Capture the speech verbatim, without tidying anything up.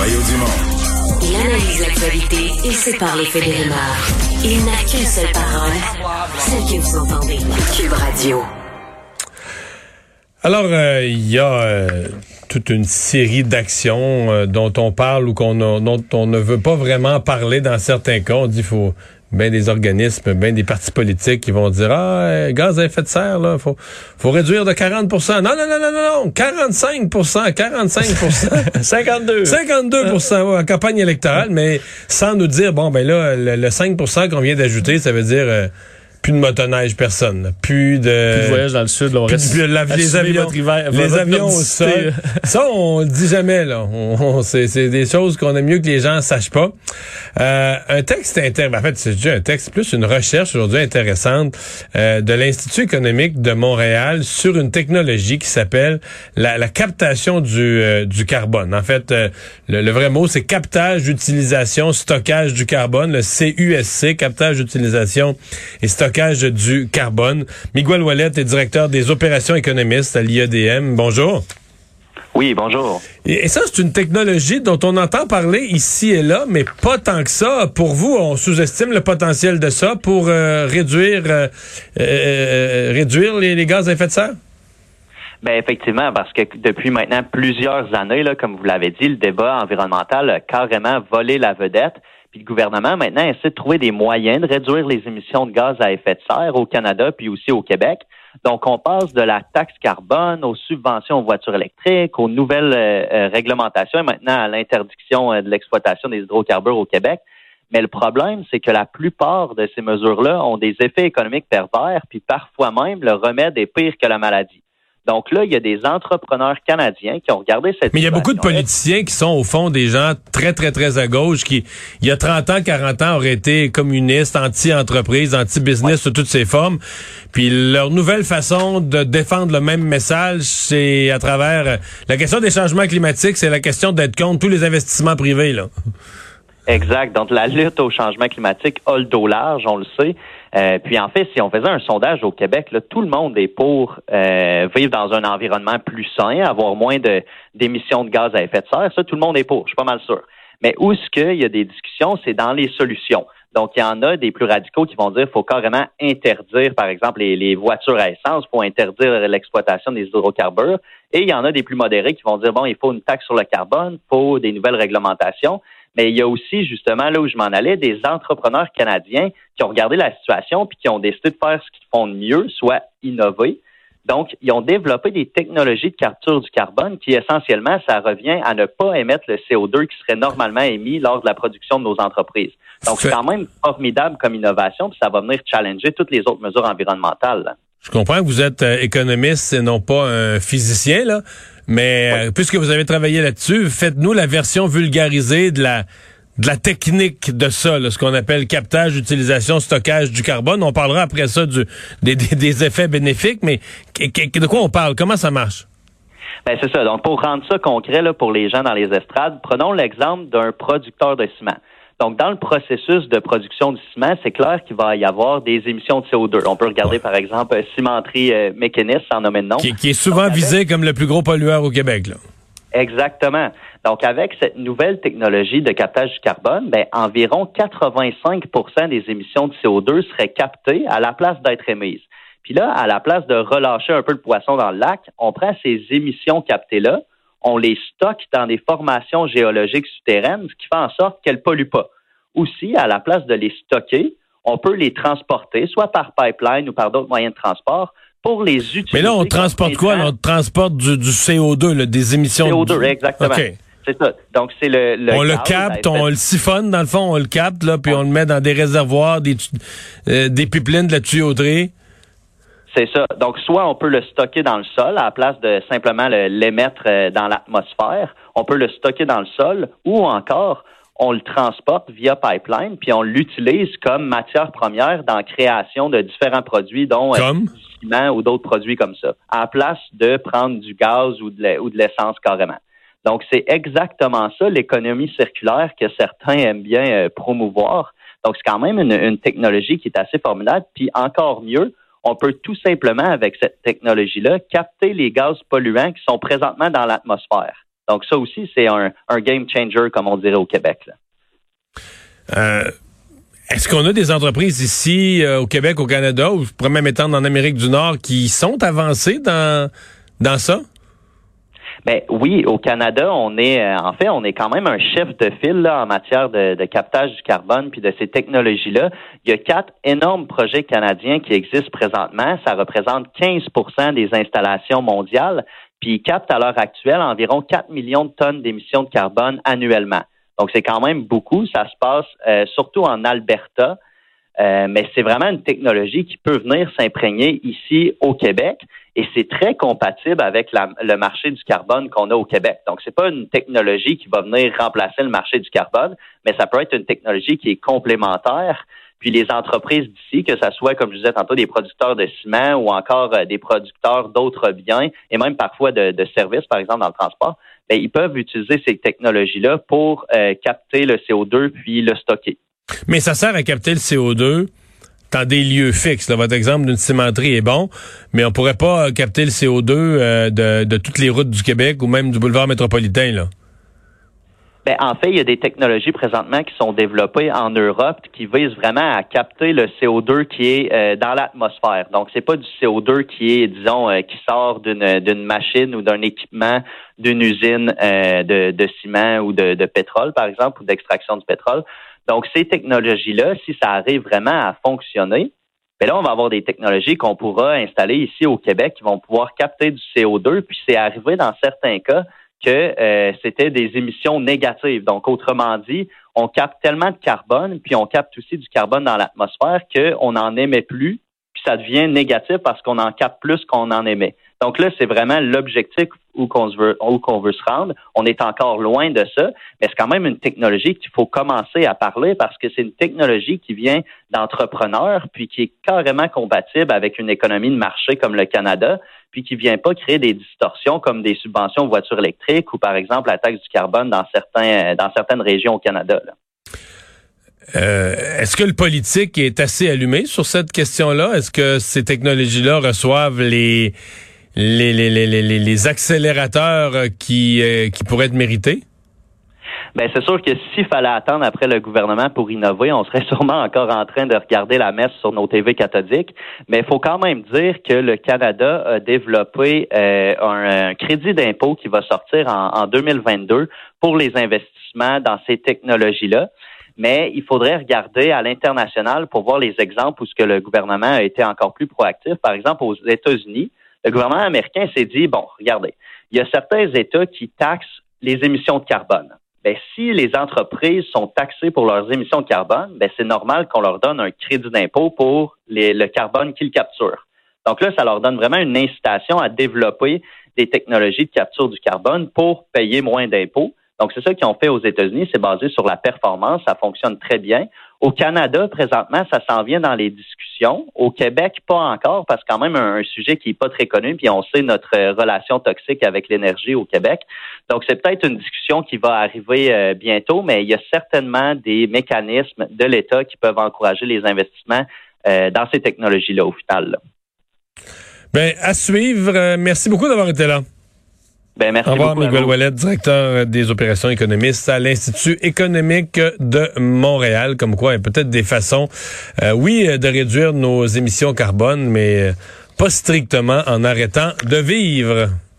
Mario Dumont. Il analyse l'actualité et sépare les faits des rumeurs. Il n'a qu'une seule parole, celle que vous entendez. Cube Radio. Alors, euh, il y a euh, toute une série d'actions euh, dont on parle ou qu'on a, dont on ne veut pas vraiment parler dans certains cas. On dit qu'il faut bien des organismes, bien des partis politiques qui vont dire « Ah, euh, gaz à effet de serre, là, faut, faut réduire de quarante pour cent. » Non, non, non, non, non, non, quarante-cinq pour cent, quarante-cinq pour cent. cinquante-deux. cinquante-deux pour cent ouais, en campagne électorale, mais sans nous dire, bon, ben là, le, le cinq pour cent qu'on vient d'ajouter, ça veut dire... Euh, plus de motoneige, personne. Là. Plus de... Plus de voyage dans le sud. Là, on reste plus de la, les avions, votre hiver, les votre avions au sol. Ça, on le dit jamais. Là. On, on, c'est, c'est des choses qu'on aime mieux que les gens sachent pas. Euh, un texte intéressant. En fait, c'est déjà un texte, plus une recherche aujourd'hui intéressante euh, de l'Institut économique de Montréal sur une technologie qui s'appelle la, la captation du, euh, du carbone. En fait, euh, le, le vrai mot, c'est captage, utilisation, stockage du carbone, le C U S C, captage, utilisation et stockage du carbone. Miguel Ouellet est directeur des opérations économistes à l'I A D M. Bonjour. Oui, bonjour. Et, et ça, c'est une technologie dont on entend parler ici et là, mais pas tant que ça. Pour vous, on sous-estime le potentiel de ça pour euh, réduire, euh, euh, réduire les, les gaz à effet de serre? Ben effectivement, parce que depuis maintenant plusieurs années, là, comme vous l'avez dit, le débat environnemental a carrément volé la vedette. Puis le gouvernement, maintenant, essaie de trouver des moyens de réduire les émissions de gaz à effet de serre au Canada puis aussi au Québec. Donc, on passe de la taxe carbone aux subventions aux voitures électriques, aux nouvelles euh, réglementations et maintenant à l'interdiction euh, de l'exploitation des hydrocarbures au Québec. Mais le problème, c'est que la plupart de ces mesures-là ont des effets économiques pervers, puis parfois même, le remède est pire que la maladie. Donc là, il y a des entrepreneurs canadiens qui ont regardé cette... Mais il y a beaucoup de politiciens qui sont, au fond, des gens très, très, très à gauche qui, il y a trente ans, quarante ans, auraient été communistes, anti-entreprise, anti-business sous toutes ses formes. Puis leur nouvelle façon de défendre le même message, c'est à travers... La question des changements climatiques, c'est la question d'être contre tous les investissements privés, là. Exact. Donc, la lutte au changement climatique a le dos large, on le sait. Euh, puis, en fait, si on faisait un sondage au Québec, là, tout le monde est pour euh, vivre dans un environnement plus sain, avoir moins de d'émissions de gaz à effet de serre. Ça, tout le monde est pour. Je suis pas mal sûr. Mais où est-ce qu'il y a des discussions, c'est dans les solutions. Donc, il y en a des plus radicaux qui vont dire qu'il faut carrément interdire, par exemple, les, les voitures à essence, il faut interdire l'exploitation des hydrocarbures. Et il y en a des plus modérés qui vont dire, bon, il faut une taxe sur le carbone, il faut des nouvelles réglementations. Mais il y a aussi, justement, là où je m'en allais, des entrepreneurs canadiens qui ont regardé la situation puis qui ont décidé de faire ce qu'ils font de mieux, soit innover. Donc, ils ont développé des technologies de capture du carbone qui, essentiellement, ça revient à ne pas émettre le C O deux qui serait normalement émis lors de la production de nos entreprises. Donc, c'est quand même formidable comme innovation puis ça va venir challenger toutes les autres mesures environnementales, là. Je comprends que vous êtes euh, économiste et non pas un physicien, là. Mais oui. euh, puisque vous avez travaillé là-dessus, faites-nous la version vulgarisée de la de la technique de ça, là, ce qu'on appelle captage, utilisation, stockage du carbone. On parlera après ça du, des, des, des effets bénéfiques, mais de quoi on parle? Comment ça marche? Ben c'est ça. Donc, pour rendre ça concret là, pour les gens dans les estrades, prenons l'exemple d'un producteur de ciment. Donc, dans le processus de production du ciment, c'est clair qu'il va y avoir des émissions de C O deux. On peut regarder, ouais. par exemple, Cimenterie euh, Mécaniste, sans nommer de nom. Qui, qui est souvent Donc, visé avec... comme le plus gros pollueur au Québec, là. Exactement. Donc, avec cette nouvelle technologie de captage du carbone, ben, environ quatre-vingt-cinq pour cent des émissions de C O deux seraient captées à la place d'être émises. Puis là, à la place de relâcher un peu le poisson dans le lac, on prend ces émissions captées-là, on les stocke dans des formations géologiques souterraines, ce qui fait en sorte qu'elles ne polluent pas. Aussi, à la place de les stocker, on peut les transporter, soit par pipeline ou par d'autres moyens de transport, pour les utiliser. Mais là, on transporte quoi? Là, on transporte du, du C O deux, là, des émissions C O deux, de... exactement. Okay. C'est ça. Donc, c'est le, le On gaz, le capte, on le siphonne, dans le fond, on le capte, là, puis on le met dans des réservoirs, des, euh, des pipelines de la tuyauterie. C'est ça. Donc, soit on peut le stocker dans le sol à la place de simplement le, l'émettre dans l'atmosphère. On peut le stocker dans le sol ou encore, on le transporte via pipeline puis on l'utilise comme matière première dans la création de différents produits, dont euh, du ciment ou d'autres produits comme ça, à la place de prendre du gaz ou de, ou de l'essence carrément. Donc, c'est exactement ça, l'économie circulaire que certains aiment bien euh, promouvoir. Donc, c'est quand même une, une technologie qui est assez formidable. Puis encore mieux, on peut tout simplement, avec cette technologie-là, capter les gaz polluants qui sont présentement dans l'atmosphère. Donc ça aussi, c'est un, un game changer, comme on dirait au Québec. Là. Euh, est-ce qu'on a des entreprises ici, euh, au Québec, au Canada, ou je pourrais même étendre en Amérique du Nord, qui sont avancées dans, dans ça? Ben oui, au Canada, on est euh, en fait, on est quand même un chef de file là, en matière de, de captage du carbone puis de ces technologies-là. Il y a quatre énormes projets canadiens qui existent présentement. Ça représente quinze pour cent des installations mondiales, puis ils captent à l'heure actuelle environ quatre millions de tonnes d'émissions de carbone annuellement. Donc c'est quand même beaucoup. Ça se passe euh, surtout en Alberta. Euh, mais c'est vraiment une technologie qui peut venir s'imprégner ici au Québec et c'est très compatible avec la, le marché du carbone qu'on a au Québec. Donc, c'est pas une technologie qui va venir remplacer le marché du carbone, mais ça peut être une technologie qui est complémentaire. Puis les entreprises d'ici, que ça soit, comme je disais tantôt, des producteurs de ciment ou encore euh, des producteurs d'autres biens et même parfois de, de services, par exemple dans le transport, bien, ils peuvent utiliser ces technologies-là pour euh, capter le C O deux puis le stocker. Mais ça sert à capter le C O deux dans des lieux fixes. Là, votre exemple d'une cimenterie est bon, mais on pourrait pas capter le C O deux euh, de, de toutes les routes du Québec ou même du boulevard métropolitain, là. Ben, en fait, il y a des technologies présentement qui sont développées en Europe qui visent vraiment à capter le C O deux qui est euh, dans l'atmosphère. Donc, c'est pas du C O deux qui est, disons, euh, qui sort d'une d'une machine ou d'un équipement d'une usine euh, de, de ciment ou de, de pétrole, par exemple, ou d'extraction du pétrole. Donc, ces technologies-là, si ça arrive vraiment à fonctionner, bien là, on va avoir des technologies qu'on pourra installer ici au Québec qui vont pouvoir capter du C O deux, puis c'est arrivé dans certains cas que euh, c'était des émissions négatives. Donc, autrement dit, on capte tellement de carbone, puis on capte aussi du carbone dans l'atmosphère qu'on n'en émet plus, puis ça devient négatif parce qu'on en capte plus qu'on en émet. Donc là, c'est vraiment l'objectif où qu'on veut, où qu'on veut se rendre. On est encore loin de ça, mais c'est quand même une technologie qu'il faut commencer à parler parce que c'est une technologie qui vient d'entrepreneurs, puis qui est carrément compatible avec une économie de marché comme le Canada, puis qui vient pas créer des distorsions comme des subventions aux voitures électriques ou, par exemple, la taxe du carbone dans certains, dans certaines régions au Canada, là. Euh, est-ce que le politique est assez allumé sur cette question-là? Est-ce que ces technologies-là reçoivent les les les les les, les accélérateurs qui euh, qui pourraient être mérités? Ben c'est sûr que s'il fallait attendre après le gouvernement pour innover, on serait sûrement encore en train de regarder la messe sur nos T V cathodiques. Mais il faut quand même dire que le Canada a développé euh, un, un crédit d'impôt qui va sortir en, en deux mille vingt-deux pour les investissements dans ces technologies-là. Mais il faudrait regarder à l'international pour voir les exemples où ce que le gouvernement a été encore plus proactif. Par exemple, aux États-Unis, le gouvernement américain s'est dit, bon, regardez, il y a certains États qui taxent les émissions de carbone. Ben, si les entreprises sont taxées pour leurs émissions de carbone, ben, c'est normal qu'on leur donne un crédit d'impôt pour les, le carbone qu'ils capturent. Donc là, ça leur donne vraiment une incitation à développer des technologies de capture du carbone pour payer moins d'impôts. Donc, c'est ça qu'ils ont fait aux États-Unis. C'est basé sur la performance. Ça fonctionne très bien. Au Canada, présentement, ça s'en vient dans les discussions. Au Québec, pas encore, parce que quand même un, un sujet qui est pas très connu. Puis on sait notre euh, relation toxique avec l'énergie au Québec. Donc, c'est peut-être une discussion qui va arriver euh, bientôt, mais il y a certainement des mécanismes de l'État qui peuvent encourager les investissements euh, dans ces technologies-là au final, là. Bien, à suivre. Euh, merci beaucoup d'avoir été là. Ben, merci Au revoir, beaucoup, Miguel Ouellet, directeur des opérations économistes à l'Institut économique de Montréal. Comme quoi, il y a peut-être des façons, euh, oui, de réduire nos émissions carbone, mais pas strictement en arrêtant de vivre.